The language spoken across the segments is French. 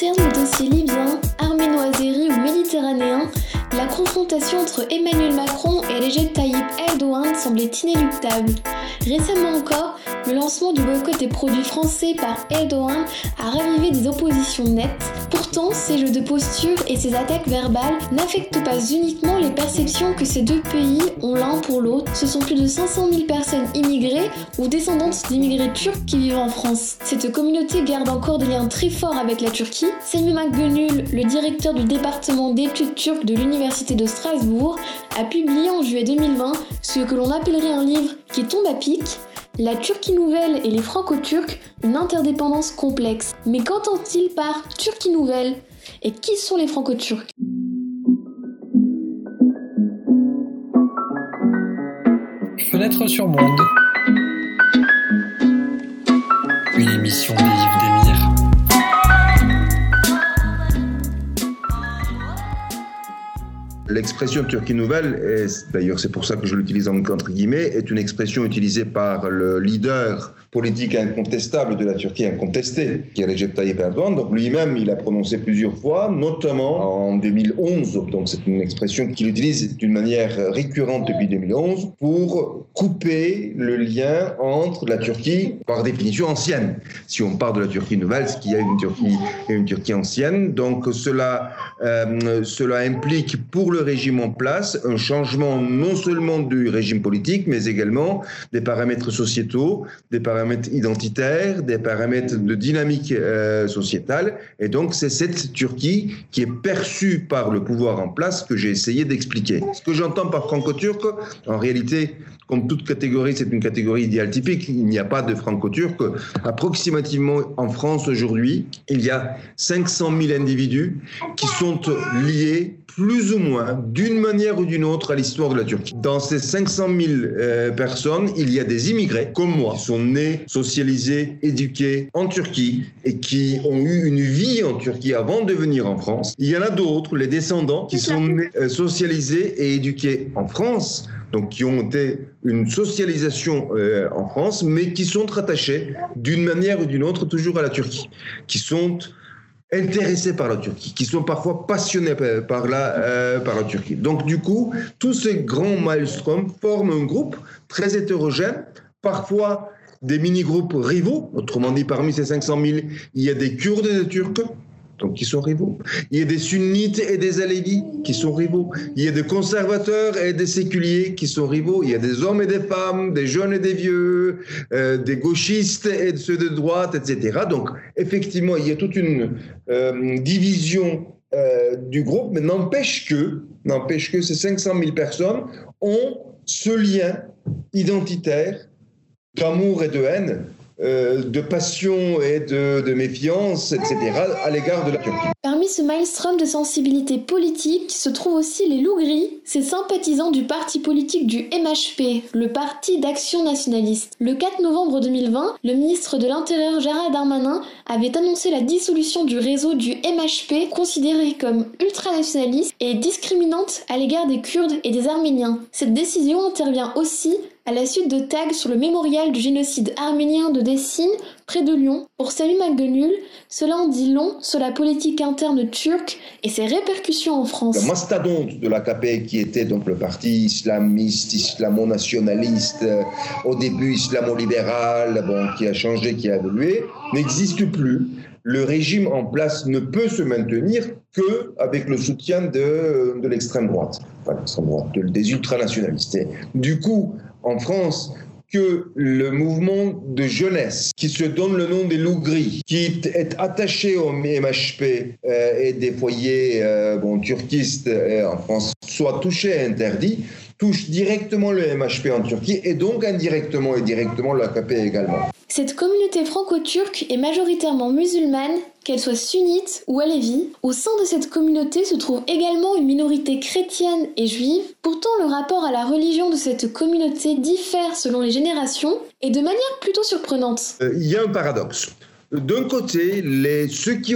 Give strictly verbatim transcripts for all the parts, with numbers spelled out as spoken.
concerne le dossier libyen, arméno-azéri ou méditerranéen, la confrontation entre Emmanuel Macron et Recep Tayyip Erdogan semblait inéluctable. Récemment encore, le lancement du boycott des produits français par Erdogan a ravivé des oppositions nettes. Pourtant, ces jeux de posture et ces attaques verbales n'affectent pas uniquement les perceptions que ces deux pays ont l'un pour l'autre. Ce sont plus de cinq cent mille personnes immigrées ou descendantes d'immigrés turcs qui vivent en France. Cette communauté garde encore des liens très forts avec la Turquie. Selmi Makgönül, le directeur du département d'études turques de l'Université de Strasbourg, a publié en juillet deux mille vingt ce que l'on appellerait un livre qui tombe à pic, La Turquie nouvelle et les Franco-Turcs, une interdépendance complexe. Mais qu'entend-il par Turquie nouvelle ? Et qui sont les Franco-Turcs ? Fenêtre sur monde. Une émission des Yves Demir. L'expression Turquie nouvelle, et d'ailleurs c'est pour ça que je l'utilise entre guillemets, est une expression utilisée par le leader politique incontestable de la Turquie incontestée, qui est Recep Tayyip Erdogan. Donc lui-même, il a prononcé plusieurs fois, notamment en deux mille onze. Donc c'est une expression qu'il utilise d'une manière récurrente depuis deux mille onze pour couper le lien entre la Turquie, par définition ancienne. Si on parle de la Turquie nouvelle, c'est qu'il y a une Turquie et une Turquie ancienne. Donc cela, euh, cela implique pour le régime en place un changement non seulement du régime politique, mais également des paramètres sociétaux, des paramètres identitaires, des paramètres de dynamique euh, sociétale. Et donc, c'est cette Turquie qui est perçue par le pouvoir en place que j'ai essayé d'expliquer. Ce que j'entends par franco-turc, en réalité, comme toute catégorie, c'est une catégorie idéale typique. Il n'y a pas de franco-turc. Approximativement, en France aujourd'hui, il y a cinq cent mille individus qui sont liés plus ou moins, d'une manière ou d'une autre, à l'histoire de la Turquie. Dans ces cinq cent mille euh, personnes, il y a des immigrés, comme moi, qui sont nés, socialisés, éduqués en Turquie et qui ont eu une vie en Turquie avant de venir en France. Il y en a d'autres, les descendants, qui sont nés, euh, socialisés et éduqués en France, donc qui ont été une socialisation euh, en France, mais qui sont rattachés d'une manière ou d'une autre toujours à la Turquie, qui sont intéressés par la Turquie, qui sont parfois passionnés par la, euh, par la Turquie. Donc du coup, tous ces grands maelstroms forment un groupe très hétérogène, parfois des mini-groupes rivaux, autrement dit parmi ces cinq cent mille, il y a des Kurdes et des Turcs, donc qui sont rivaux. Il y a des sunnites et des alévis qui sont rivaux. Il y a des conservateurs et des séculiers qui sont rivaux. Il y a des hommes et des femmes, des jeunes et des vieux, euh, des gauchistes et ceux de droite, et cetera. Donc, effectivement, il y a toute une euh, division euh, du groupe, mais n'empêche que, n'empêche que ces cinq cent mille personnes ont ce lien identitaire d'amour et de haine, Euh, de passion et de, de méfiance, et cetera, à l'égard de la Turquie. Parmi ce maelstrom de sensibilité politique se trouvent aussi les loups gris, ces sympathisants du parti politique du M H P, le Parti d'Action Nationaliste. Le quatre novembre deux mille vingt, le ministre de l'Intérieur Gérald Darmanin avait annoncé la dissolution du réseau du M H P, considéré comme ultranationaliste et discriminante à l'égard des Kurdes et des Arméniens. Cette décision intervient aussi à la suite de tags sur le mémorial du génocide arménien de Dessine, près de Lyon. Pour Selmi Makgönül, cela en dit long sur la politique interne turque et ses répercussions en France. Le mastodonte de l'A K P, qui était donc le parti islamiste, islamo-nationaliste, euh, au début islamo-libéral, bon, qui a changé, qui a évolué, n'existe plus. Le régime en place ne peut se maintenir qu'avec le soutien de, de l'extrême droite, enfin l'extrême droite, de, des ultranationalistes. Et du coup, en France, que le mouvement de jeunesse qui se donne le nom des loups gris, qui est attaché au M H P euh, et des foyers euh, bon, turquistes euh, en France, soit touché et interdit, touche directement le M H P en Turquie et donc indirectement et directement l'A K P également. Cette communauté franco-turque est majoritairement musulmane, qu'elle soit sunnite ou alévi. Au sein de cette communauté se trouve également une minorité chrétienne et juive. Pourtant, le rapport à la religion de cette communauté diffère selon les générations et de manière plutôt surprenante. Euh, il y a un paradoxe. D'un côté, les, ceux qui ont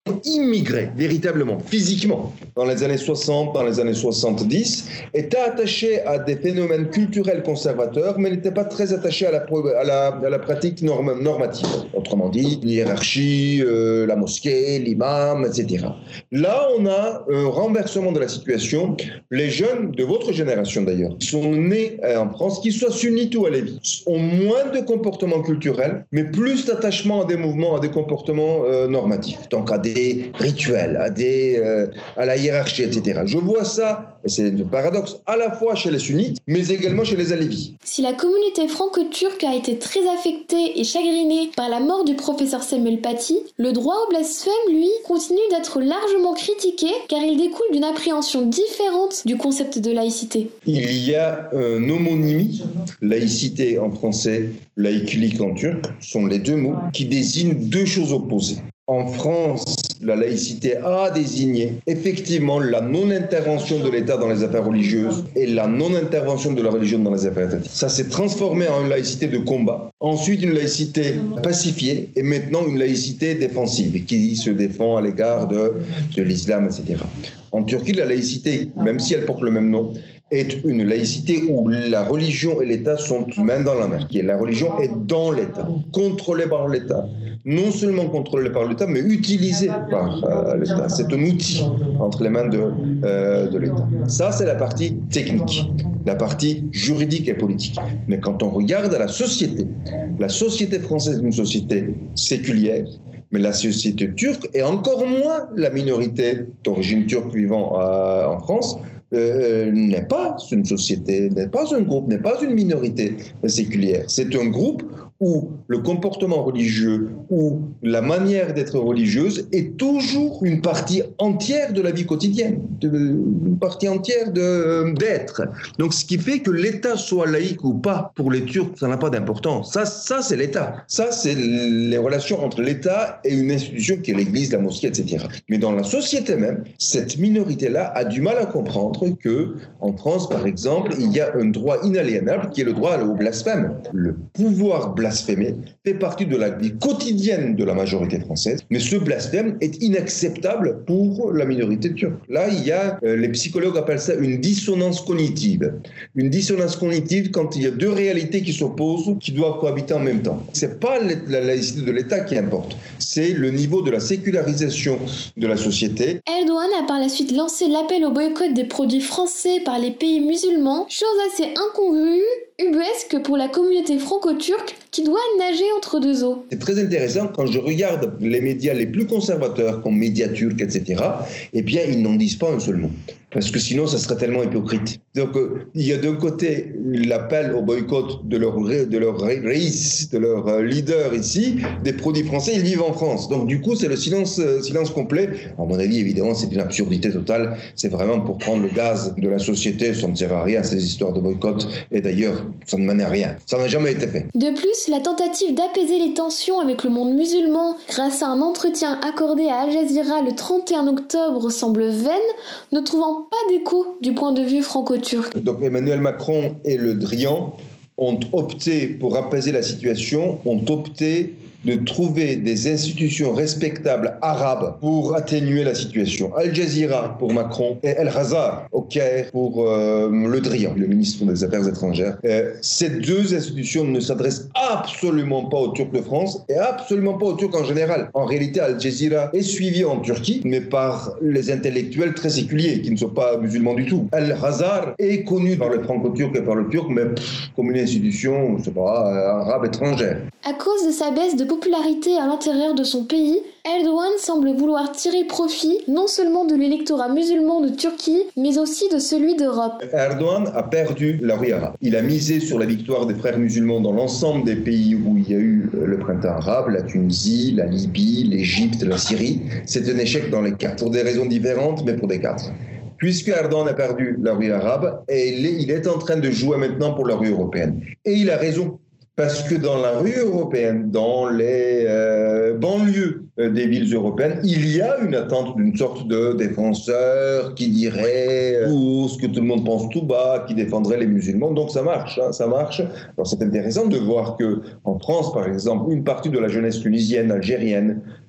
immigré véritablement, physiquement, dans les années soixante, dans les années soixante-dix, était attaché à des phénomènes culturels conservateurs, mais n'était pas très attaché à la, à la, à la pratique norm, normative. Autrement dit, l'hiérarchie, euh, la mosquée, l'imam, et cetera. Là, on a un renversement de la situation. Les jeunes de votre génération, d'ailleurs, qui sont nés en France, qu'ils soient sunnites ou alévites, ont moins de comportements culturels, mais plus d'attachement à des mouvements, à des comportements euh, normatifs. Donc à des rituels, à, des, euh, à la hiérarchie, et cetera. Je vois ça, et c'est un paradoxe, à la fois chez les sunnites, mais également chez les alévis. Si la communauté franco-turque a été très affectée et chagrinée par la mort du professeur Samuel Paty, le droit au blasphème, lui, continue d'être largement critiqué car il découle d'une appréhension différente du concept de laïcité. Il y a une homonymie, laïcité en français, laïclik en turc, sont les deux mots qui désignent deux choses opposées. En France, la laïcité a désigné effectivement la non-intervention de l'État dans les affaires religieuses et la non-intervention de la religion dans les affaires étatiques. Ça s'est transformé en une laïcité de combat, ensuite une laïcité pacifiée et maintenant une laïcité défensive qui se défend à l'égard de, de l'islam, et cetera. En Turquie, la laïcité, même si elle porte le même nom, est une laïcité où la religion et l'État sont main dans la main. La religion est dans l'État, contrôlée par l'État. Non seulement contrôlée par l'État, mais utilisée par euh, l'État. C'est un outil entre les mains de, euh, de l'État. Ça, c'est la partie technique, la partie juridique et politique. Mais quand on regarde la société, la société française est une société séculière, mais la société turque, et encore moins la minorité d'origine turque vivant euh, en France, Euh, n'est pas une société, n'est pas un groupe, n'est pas une minorité séculière. C'est un groupe où le comportement religieux, où la manière d'être religieuse est toujours une partie entière de la vie quotidienne, de, une partie entière de, d'être. Donc ce qui fait que l'État soit laïque ou pas, pour les Turcs, ça n'a pas d'importance. Ça, ça c'est l'État. Ça, c'est les relations entre l'État et une institution qui est l'Église, la mosquée, et cetera. Mais dans la société même, cette minorité-là a du mal à comprendre que, en France, par exemple, il y a un droit inaliénable qui est le droit au blasphème. Le pouvoir blasphémer fait partie de la vie quotidienne de la majorité française, mais ce blasphème est inacceptable pour la minorité turque. Là, il y a, euh, les psychologues appellent ça une dissonance cognitive. Une dissonance cognitive quand il y a deux réalités qui s'opposent, qui doivent cohabiter en même temps. C'est pas la laïcité de l'État qui importe, c'est le niveau de la sécularisation de la société. Erdogan a par la suite lancé l'appel au boycott des produits français par les pays musulmans, chose assez incongrue, ubuesque pour la communauté franco-turque qui doit nager entre deux eaux. C'est très intéressant quand je regarde les médias les plus conservateurs comme Médias Turcs, et cetera, eh bien ils n'en disent pas un seul mot. Parce que sinon, ça serait tellement hypocrite. Donc, euh, il y a d'un côté l'appel au boycott de leur, de leur reis, de leur euh, leader ici, des produits français, ils vivent en France. Donc, du coup, c'est le silence, euh, silence complet. À mon avis, évidemment, c'est une absurdité totale. C'est vraiment pour prendre le gaz de la société. Ça ne sert à rien, ces histoires de boycott. Et d'ailleurs, ça ne mène à rien. Ça n'a jamais été fait. De plus, la tentative d'apaiser les tensions avec le monde musulman grâce à un entretien accordé à Al Jazeera le trente et un octobre semble vaine, ne trouvant pas d'écho du point de vue franco-turc. Donc Emmanuel Macron et Le Drian ont opté pour apaiser la situation, ont opté de trouver des institutions respectables arabes pour atténuer la situation. Al Jazeera pour Macron et El Hazar au Caire pour euh, Le Drian, le ministre des Affaires étrangères. Euh, ces deux institutions ne s'adressent absolument pas aux Turcs de France et absolument pas aux Turcs en général. En réalité, Al Jazeera est suivi en Turquie, mais par les intellectuels très séculiers qui ne sont pas musulmans du tout. El Hazar est connu par le franco-turc et par le turc, mais pff, comme une institution, je sais pas, arabe étrangère. À cause de sa baisse de popularité à l'intérieur de son pays, Erdogan semble vouloir tirer profit non seulement de l'électorat musulman de Turquie, mais aussi de celui d'Europe. Erdogan a perdu la rue arabe. Il a misé sur la victoire des frères musulmans dans l'ensemble des pays où il y a eu le printemps arabe, la Tunisie, la Libye, l'Égypte, la Syrie. C'est un échec dans les quatre, pour des raisons différentes, mais pour des quatre. Puisque Erdogan a perdu la rue arabe, et il est, il est en train de jouer maintenant pour la rue européenne. Et il a raison. Parce que dans la rue européenne, dans les euh, banlieues euh, des villes européennes, il y a une attente d'une sorte de défenseur qui dirait euh, tout ce que tout le monde pense tout bas, qui défendrait les musulmans. Donc ça marche, hein, ça marche. Alors c'est intéressant de voir que en France, par exemple, une partie de la jeunesse tunisienne, algérienne,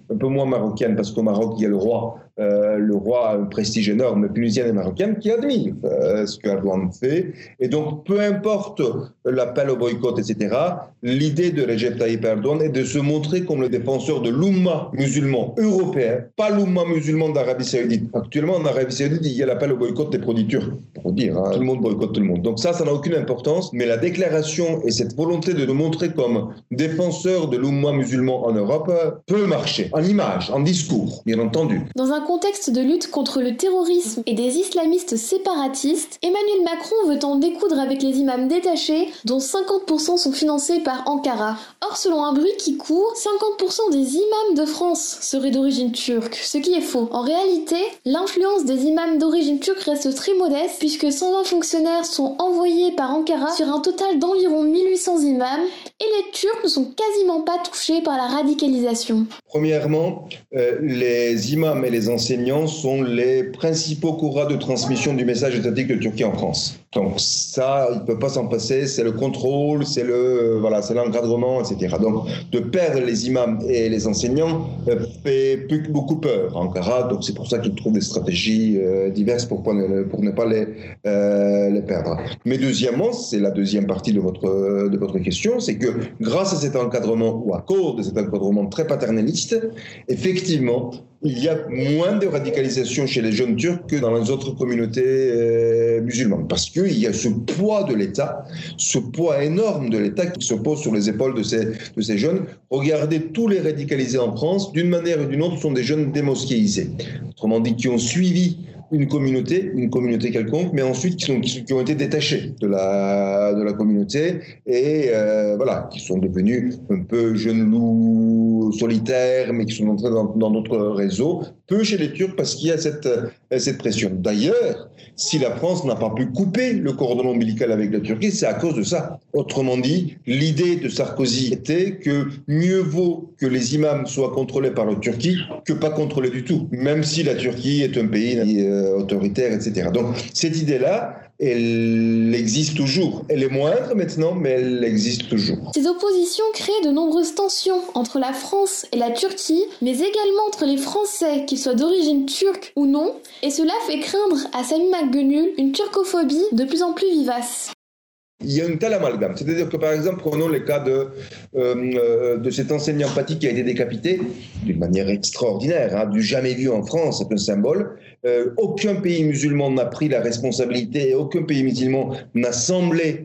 un peu moins marocaine, parce qu'au Maroc, il y a le roi. Euh, le roi a un prestige énorme, tunisienne et marocaine, qui admire euh, ce qu'Erdogan fait. Et donc, peu importe l'appel au boycott, et cetera, l'idée de Recep Tayyip Erdogan est de se montrer comme le défenseur de l'Oumma musulman européen, pas l'Oumma musulman d'Arabie Saoudite. Actuellement, en Arabie Saoudite, il y a l'appel au boycott des produits turcs, pour dire, hein, tout le monde boycotte tout le monde. Donc ça, ça n'a aucune importance, mais la déclaration et cette volonté de nous montrer comme défenseur de l'Oumma musulman en Europe peut marcher, en image, en discours, bien entendu. Dans un contexte de lutte contre le terrorisme et des islamistes séparatistes, Emmanuel Macron veut en découdre avec les imams détachés, dont cinquante pour cent sont financés par Ankara. Or, selon un bruit qui court, cinquante pour cent des imams de France seraient d'origine turque, ce qui est faux. En réalité, l'influence des imams d'origine turque reste très modeste, puisque cent vingt fonctionnaires sont envoyés par Ankara sur un total d'environ mille huit cents imams, et les Turcs ne sont quasiment pas touchés par la radicalisation. Premièrement, euh, les imams et les enseignants sont les principaux courroies de transmission du message étatique de Turquie en France. Donc ça, il ne peut pas s'en passer, c'est le contrôle, c'est le voilà, c'est l'encadrement, et cetera. Donc de perdre les imams et les enseignants euh, fait beaucoup peur à Ankara, donc c'est pour ça qu'ils trouvent des stratégies euh, diverses pour, pour, ne, pour ne pas les, euh, les perdre. Mais deuxièmement, c'est la deuxième partie de votre, de votre question, c'est que grâce à cet encadrement, ou à cause de cet encadrement très paternaliste, effectivement, il y a moins de radicalisation chez les jeunes Turcs que dans les autres communautés euh, musulmanes. Parce qu'il y a ce poids de l'État, ce poids énorme de l'État qui se pose sur les épaules de ces, de ces jeunes. Regardez, tous les radicalisés en France, d'une manière ou d'une autre, sont des jeunes démoskéisés. Autrement dit, qui ont suivi une communauté, une communauté quelconque, mais ensuite qui, sont, qui ont été détachés de la, de la communauté et euh, voilà, qui sont devenus un peu jeunes loups solitaires, mais qui sont entrés dans, dans notre réseau, peu chez les Turcs parce qu'il y a cette, cette pression. D'ailleurs, si la France n'a pas pu couper le cordon ombilical avec la Turquie, c'est à cause de ça. Autrement dit, l'idée de Sarkozy était que mieux vaut que les imams soient contrôlés par la Turquie que pas contrôlés du tout, même si la Turquie est un pays euh, autoritaire, et cetera. Donc, cette idée-là, elle existe toujours. Elle est moindre maintenant, mais elle existe toujours. Ces oppositions créent de nombreuses tensions entre la France et la Turquie, mais également entre les Français, qu'ils soient d'origine turque ou non, et cela fait craindre à Sami Macgönül une turcophobie de plus en plus vivace. Il y a une telle amalgame. C'est-à-dire que, par exemple, prenons le cas de, euh, de cet enseignant Paty qui a été décapité d'une manière extraordinaire, hein, du jamais vu en France, c'est un symbole. Euh, aucun pays musulman n'a pris la responsabilité et aucun pays musulman n'a semblé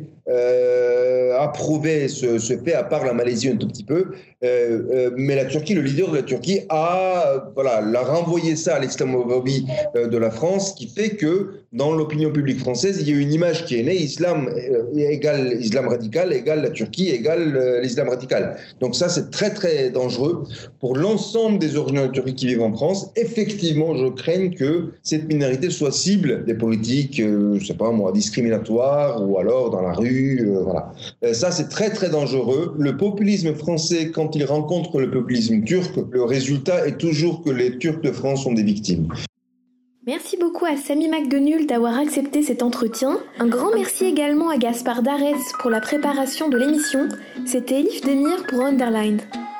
euh, approuver ce, ce fait, à part la Malaisie un tout petit peu. Euh, euh, mais la Turquie, le leader de la Turquie, a voilà, l'a renvoyé ça à l'islamophobie euh, de la France, qui fait que dans l'opinion publique française, il y a une image qui est née, islam euh, égale islam radical, égale la Turquie, égale euh, l'islam radical. Donc ça, c'est très très dangereux pour l'ensemble des originaux turcs qui vivent en France. Effectivement, je crains que cette minorité soit cible des politiques, euh, je sais pas moi, discriminatoires ou alors dans la rue, euh, voilà. Euh, ça, c'est très très dangereux. Le populisme français, quand il rencontre le populisme turc, le résultat est toujours que les Turcs de France sont des victimes. Merci beaucoup à Sami Macgönül d'avoir accepté cet entretien. Un grand merci également à Gaspard Darès pour la préparation de l'émission. C'était Elif Demir pour Underline.